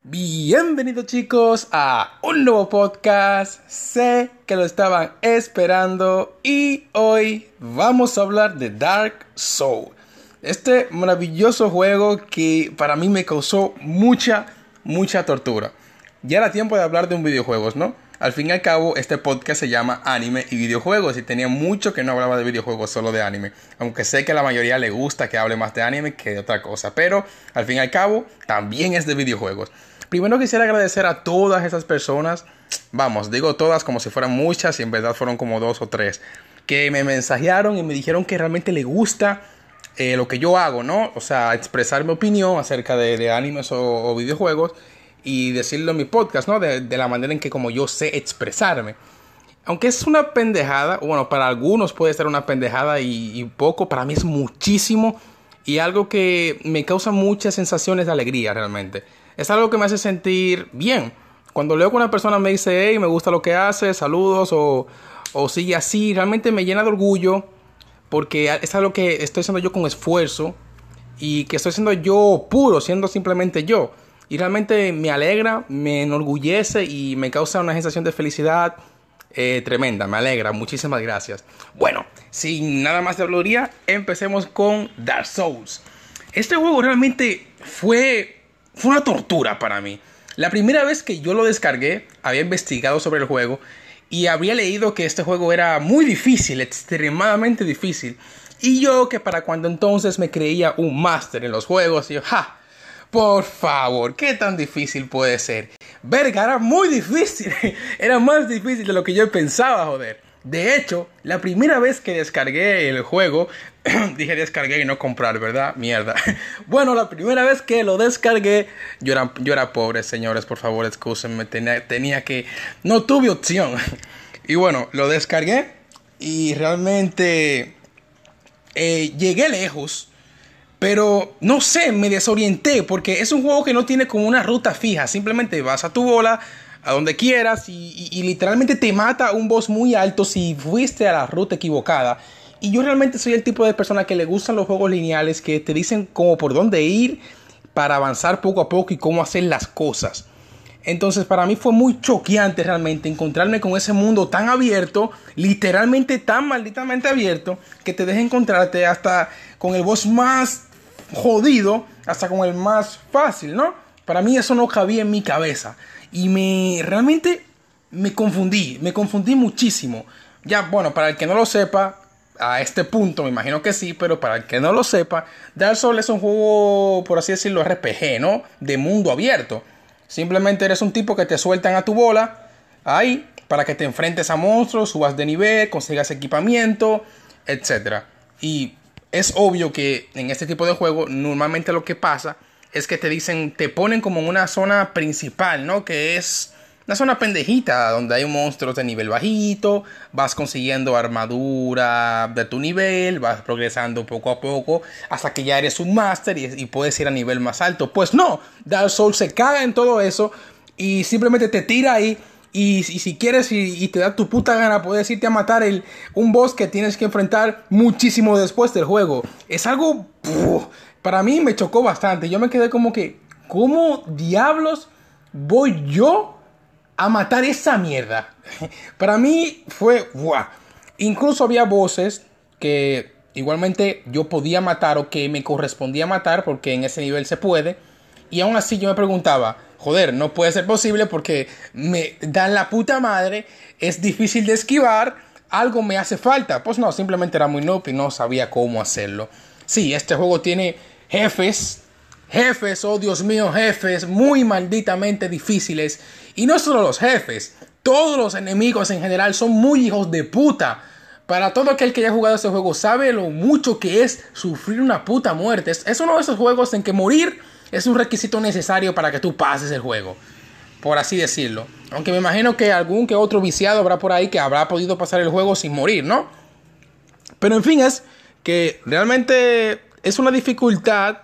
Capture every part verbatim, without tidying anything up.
Bienvenidos chicos a un nuevo podcast. Sé que lo estaban esperando y hoy vamos a hablar de Dark Souls. Este maravilloso juego que para mí me causó mucha, mucha tortura. Ya era tiempo de hablar de un videojuego, ¿no? Al fin y al cabo, este podcast se llama Anime y Videojuegos y tenía mucho que no hablaba de videojuegos, solo de anime. Aunque sé que a la mayoría le gusta que hable más de anime que de otra cosa, pero al fin y al cabo, también es de videojuegos. Primero quisiera agradecer a todas esas personas, vamos, digo todas como si fueran muchas y en verdad fueron como dos o tres, que me mensajearon y me dijeron que realmente les gusta eh, lo que yo hago, ¿no? O sea, expresar mi opinión acerca de, de animes o, o videojuegos y decirlo en mi podcast, ¿no? De, de la manera en que como yo sé expresarme. Aunque es una pendejada, bueno, para algunos puede ser una pendejada y, y poco, para mí es muchísimo y algo que me causa muchas sensaciones de alegría realmente. Es algo que me hace sentir bien. Cuando leo que una persona me dice, hey, me gusta lo que hace, saludos, o, o sigue así, realmente me llena de orgullo porque es algo que estoy haciendo yo con esfuerzo y que estoy siendo yo puro, siendo simplemente yo. Y realmente me alegra, me enorgullece y me causa una sensación de felicidad eh, tremenda, me alegra, muchísimas gracias. Bueno, sin nada más de habladuría, empecemos con Dark Souls. Este juego realmente fue... Fue una tortura para mí. La primera vez que yo lo descargué, había investigado sobre el juego y había leído que este juego era muy difícil, extremadamente difícil. Y yo, que para cuando entonces me creía un máster en los juegos, y yo, ¡ja! Por favor, ¿qué tan difícil puede ser? Verga, era muy difícil. Era más difícil de lo que yo pensaba, joder. De hecho, la primera vez que descargué el juego, dije descargué y no comprar, ¿verdad? Mierda. Bueno, la primera vez que lo descargué, yo era, yo era pobre, señores, por favor, excúsenme, tenía, tenía que... No tuve opción. Y bueno, lo descargué y realmente eh, llegué lejos, pero no sé, me desorienté porque es un juego que no tiene como una ruta fija, simplemente vas a tu bola, a donde quieras y, y, y literalmente te mata un boss muy alto si fuiste a la ruta equivocada. Y yo realmente soy el tipo de persona que le gustan los juegos lineales que te dicen como por dónde ir para avanzar poco a poco y cómo hacer las cosas. Entonces para mí fue muy choqueante realmente encontrarme con ese mundo tan abierto, literalmente tan malditamente abierto, que te deja encontrarte hasta con el boss más jodido, hasta con el más fácil, ¿no? Para mí eso no cabía en mi cabeza. Y me realmente me confundí, me confundí muchísimo. Ya, bueno, para el que no lo sepa, a este punto me imagino que sí, pero para el que no lo sepa, Dark Souls es un juego, por así decirlo, R P G, ¿no? De mundo abierto. Simplemente eres un tipo que te sueltan a tu bola, ahí, para que te enfrentes a monstruos, subas de nivel, consigas equipamiento, etcétera. Y es obvio que en este tipo de juego, normalmente lo que pasa es que te dicen, te ponen como en una zona principal, ¿no? Que es una zona pendejita, donde hay monstruos de nivel bajito, vas consiguiendo armadura de tu nivel, vas progresando poco a poco, hasta que ya eres un máster y, y puedes ir a nivel más alto. Pues no, Dark Souls se caga en todo eso y simplemente te tira ahí. Y, y si quieres y, y te da tu puta gana, puedes irte a matar el, un boss que tienes que enfrentar muchísimo después del juego. Es algo... Puf, para mí me chocó bastante. Yo me quedé como que, ¿cómo diablos voy yo a matar esa mierda? Para mí fue, ¡buah! Incluso había voces que igualmente yo podía matar o que me correspondía matar porque en ese nivel se puede. Y aún así yo me preguntaba, joder, no puede ser posible porque me dan la puta madre, es difícil de esquivar, algo me hace falta. Pues no, simplemente era muy noob y no sabía cómo hacerlo. Sí, este juego tiene jefes, jefes, oh Dios mío, jefes muy malditamente difíciles. Y no solo los jefes, todos los enemigos en general son muy hijos de puta. Para todo aquel que haya jugado este juego sabe lo mucho que es sufrir una puta muerte. Es, es uno de esos juegos en que morir es un requisito necesario para que tú pases el juego, por así decirlo. Aunque me imagino que algún que otro viciado habrá por ahí que habrá podido pasar el juego sin morir, ¿no? Pero en fin, es que realmente es una dificultad.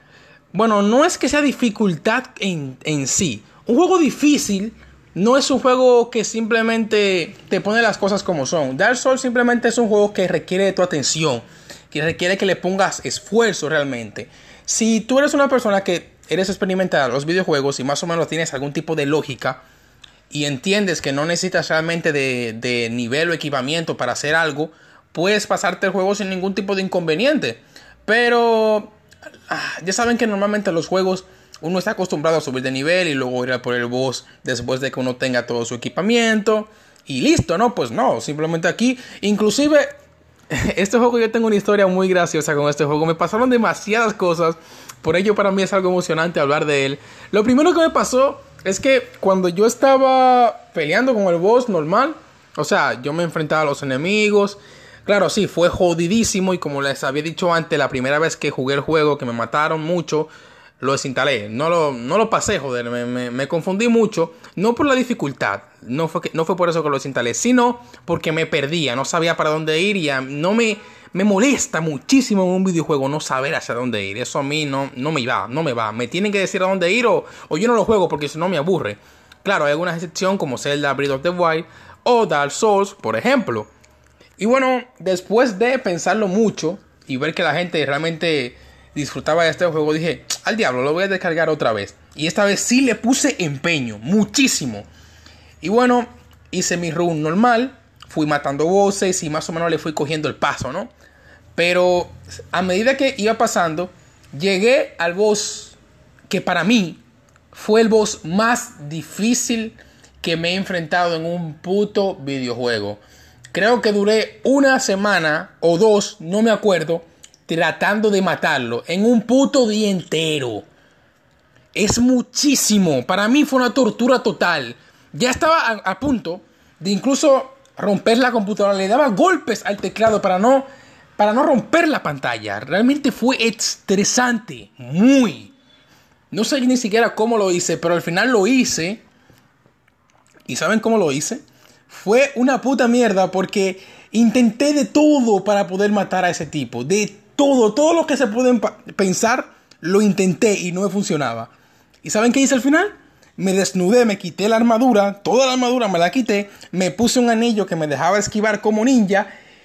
Bueno, no es que sea dificultad en, en sí. Un juego difícil no es un juego que simplemente te pone las cosas como son. Dark Souls simplemente es un juego que requiere de tu atención, que requiere que le pongas esfuerzo realmente. Si tú eres una persona que eres experimental en los videojuegos y más o menos tienes algún tipo de lógica y entiendes que no necesitas realmente de, de nivel o equipamiento para hacer algo, puedes pasarte el juego sin ningún tipo de inconveniente. Pero ah, ya saben que normalmente en los juegos uno está acostumbrado a subir de nivel y luego ir a por el boss después de que uno tenga todo su equipamiento y listo, ¿no? Pues no, simplemente aquí, inclusive este juego, yo tengo una historia muy graciosa con este juego. Me pasaron demasiadas cosas, por ello para mí es algo emocionante hablar de él. Lo primero que me pasó es que cuando yo estaba peleando con el boss normal, o sea, yo me enfrentaba a los enemigos. Claro, sí, fue jodidísimo y como les había dicho antes, la primera vez que jugué el juego, que me mataron mucho, lo desinstalé. No lo, no lo pasé, joder, me, me, me confundí mucho. No por la dificultad, no fue, que, no fue por eso que lo desinstalé, sino porque me perdía, no sabía para dónde ir y a, no me, me molesta muchísimo en un videojuego no saber hacia dónde ir. Eso a mí no, no me va, no me va. Me tienen que decir a dónde ir o, o yo no lo juego porque si no me aburre. Claro, hay algunas excepciones como Zelda Breath of the Wild o Dark Souls, por ejemplo. Y bueno, después de pensarlo mucho y ver que la gente realmente disfrutaba de este juego, dije, al diablo, lo voy a descargar otra vez. Y esta vez sí le puse empeño, muchísimo. Y bueno, hice mi run normal, fui matando bosses y más o menos le fui cogiendo el paso, ¿no? Pero a medida que iba pasando, llegué al boss que para mí fue el boss más difícil que me he enfrentado en un puto videojuego. Creo que duré una semana o dos, no me acuerdo, tratando de matarlo en un puto día entero. Es muchísimo. Para mí fue una tortura total. Ya estaba a, a punto de incluso romper la computadora. Le daba golpes al teclado para no, para no romper la pantalla. Realmente fue estresante. Muy. No sé ni siquiera cómo lo hice, pero al final lo hice. ¿Y saben cómo lo hice? Fue una puta mierda porque intenté de todo para poder matar a ese tipo. De todo, todo lo que se pueden pensar, lo intenté y no me funcionaba. ¿Y saben qué hice al final? Me desnudé, me quité la armadura, toda la armadura me la quité, me puse un anillo que me dejaba esquivar como ninja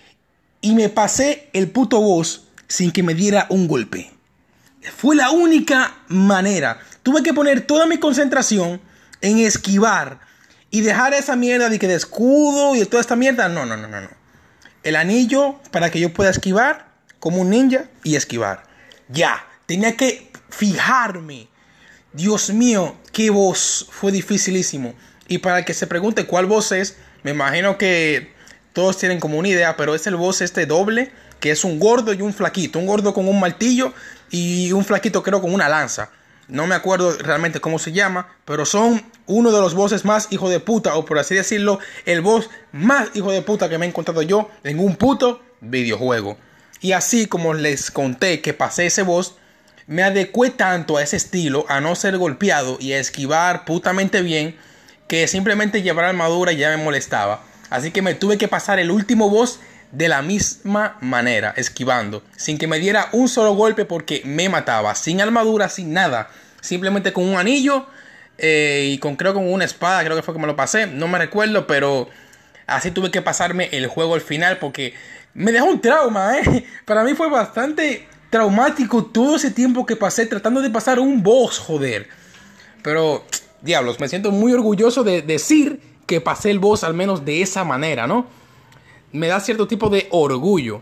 y me pasé el puto boss sin que me diera un golpe. Fue la única manera. Tuve que poner toda mi concentración en esquivar y dejar esa mierda de que de escudo y de toda esta mierda. No, no, no, no, no. El anillo para que yo pueda esquivar como un ninja y esquivar. Ya, tenía que fijarme. Dios mío, qué boss. Fue dificilísimo. Y para el que se pregunte cuál boss es, me imagino que todos tienen como una idea, pero es el boss este doble, que es un gordo y un flaquito. Un gordo con un martillo y un flaquito creo con una lanza. No me acuerdo realmente cómo se llama, pero son uno de los bosses más hijo de puta, o por así decirlo, el boss más hijo de puta que me he encontrado yo en un puto videojuego. Y así como les conté que pasé ese boss, me adecué tanto a ese estilo, a no ser golpeado y a esquivar putamente bien, que simplemente llevar armadura ya me molestaba. Así que me tuve que pasar el último boss de la misma manera, esquivando, sin que me diera un solo golpe porque me mataba, sin armadura, sin nada, simplemente con un anillo eh, y con creo con una espada, creo que fue que me lo pasé, no me recuerdo, pero así tuve que pasarme el juego al final porque me dejó un trauma, eh. Para mí fue bastante traumático todo ese tiempo que pasé tratando de pasar un boss, joder. Pero, diablos, me siento muy orgulloso de decir que pasé el boss al menos de esa manera, ¿no? Me da cierto tipo de orgullo.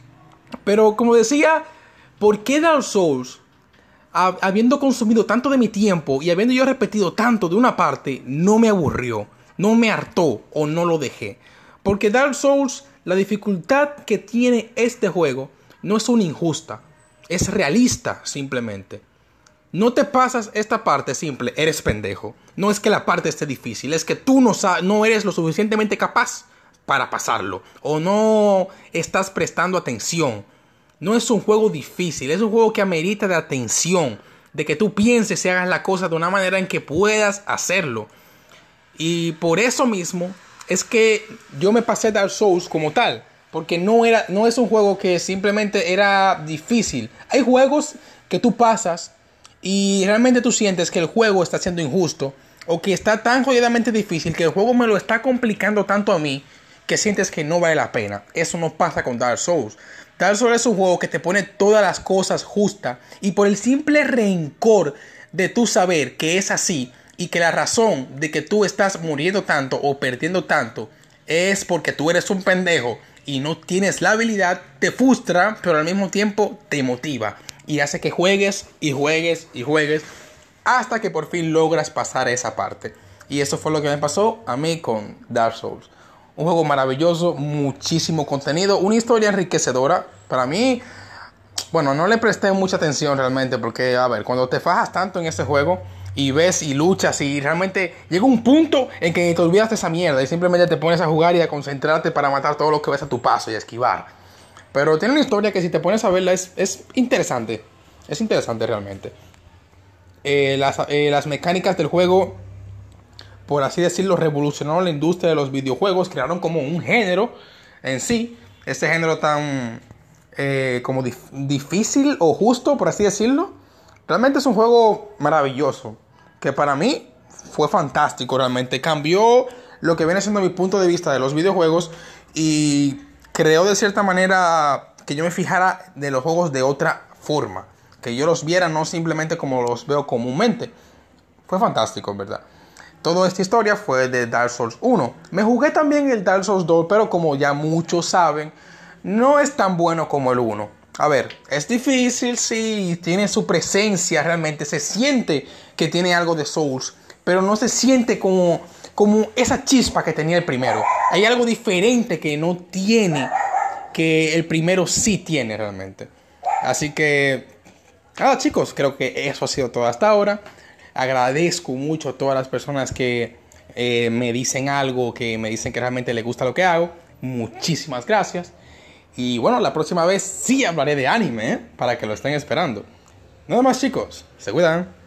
Pero como decía, ¿por qué Dark Souls, habiendo consumido tanto de mi tiempo y habiendo yo repetido tanto de una parte, no me aburrió, no me hartó o no lo dejé? Porque Dark Souls, la dificultad que tiene este juego no es una injusta, es realista simplemente. No te pasas esta parte simple, eres pendejo. No es que la parte esté difícil, es que tú no, sabes, no eres lo suficientemente capaz para pasarlo, o no estás prestando atención. No es un juego difícil, es un juego que amerita de atención, de que tú pienses y hagas la cosa de una manera en que puedas hacerlo. Y por eso mismo es que yo me pasé Dark Souls como tal, porque no, era, no es un juego que simplemente era difícil. Hay juegos que tú pasas y realmente tú sientes que el juego está siendo injusto, o que está tan jodidamente difícil que el juego me lo está complicando tanto a mí que sientes que no vale la pena. Eso no pasa con Dark Souls. Dark Souls es un juego que te pone todas las cosas justas, y por el simple rencor de tú saber que es así y que la razón de que tú estás muriendo tanto o perdiendo tanto es porque tú eres un pendejo y no tienes la habilidad, te frustra, pero al mismo tiempo te motiva y hace que juegues y juegues y juegues hasta que por fin logras pasar esa parte. Y eso fue lo que me pasó a mí con Dark Souls. Un juego maravilloso, muchísimo contenido, una historia enriquecedora. Para mí, bueno, no le presté mucha atención realmente porque, a ver, cuando te fajas tanto en ese juego y ves y luchas y realmente llega un punto en que te olvidas de esa mierda y simplemente te pones a jugar y a concentrarte para matar todo lo que ves a tu paso y a esquivar. Pero tiene una historia que si te pones a verla es, es interesante. Es interesante realmente. Eh, las, eh, las mecánicas del juego, por así decirlo, revolucionaron la industria de los videojuegos. Crearon como un género en sí. Este género tan eh, como dif- difícil o justo, por así decirlo. Realmente es un juego maravilloso. Que para mí fue fantástico realmente. Cambió lo que viene siendo mi punto de vista de los videojuegos. Y creó de cierta manera que yo me fijara de los juegos de otra forma. Que yo los viera no simplemente como los veo comúnmente. Fue fantástico, en verdad. Toda esta historia fue de Dark Souls uno. Me jugué también el Dark Souls dos, pero como ya muchos saben, no es tan bueno como el uno. A ver, es difícil, sí, tiene su presencia realmente, se siente que tiene algo de Souls, pero no se siente como, como esa chispa que tenía el primero. Hay algo diferente que no tiene, que el primero sí tiene realmente. Así que, nada, chicos, creo que eso ha sido todo hasta ahora. Agradezco mucho a todas las personas que eh, me dicen algo, que me dicen que realmente les gusta lo que hago. Muchísimas gracias. Y bueno, la próxima vez sí hablaré de anime, ¿eh? Para que lo estén esperando. Nada más, chicos. Se cuidan.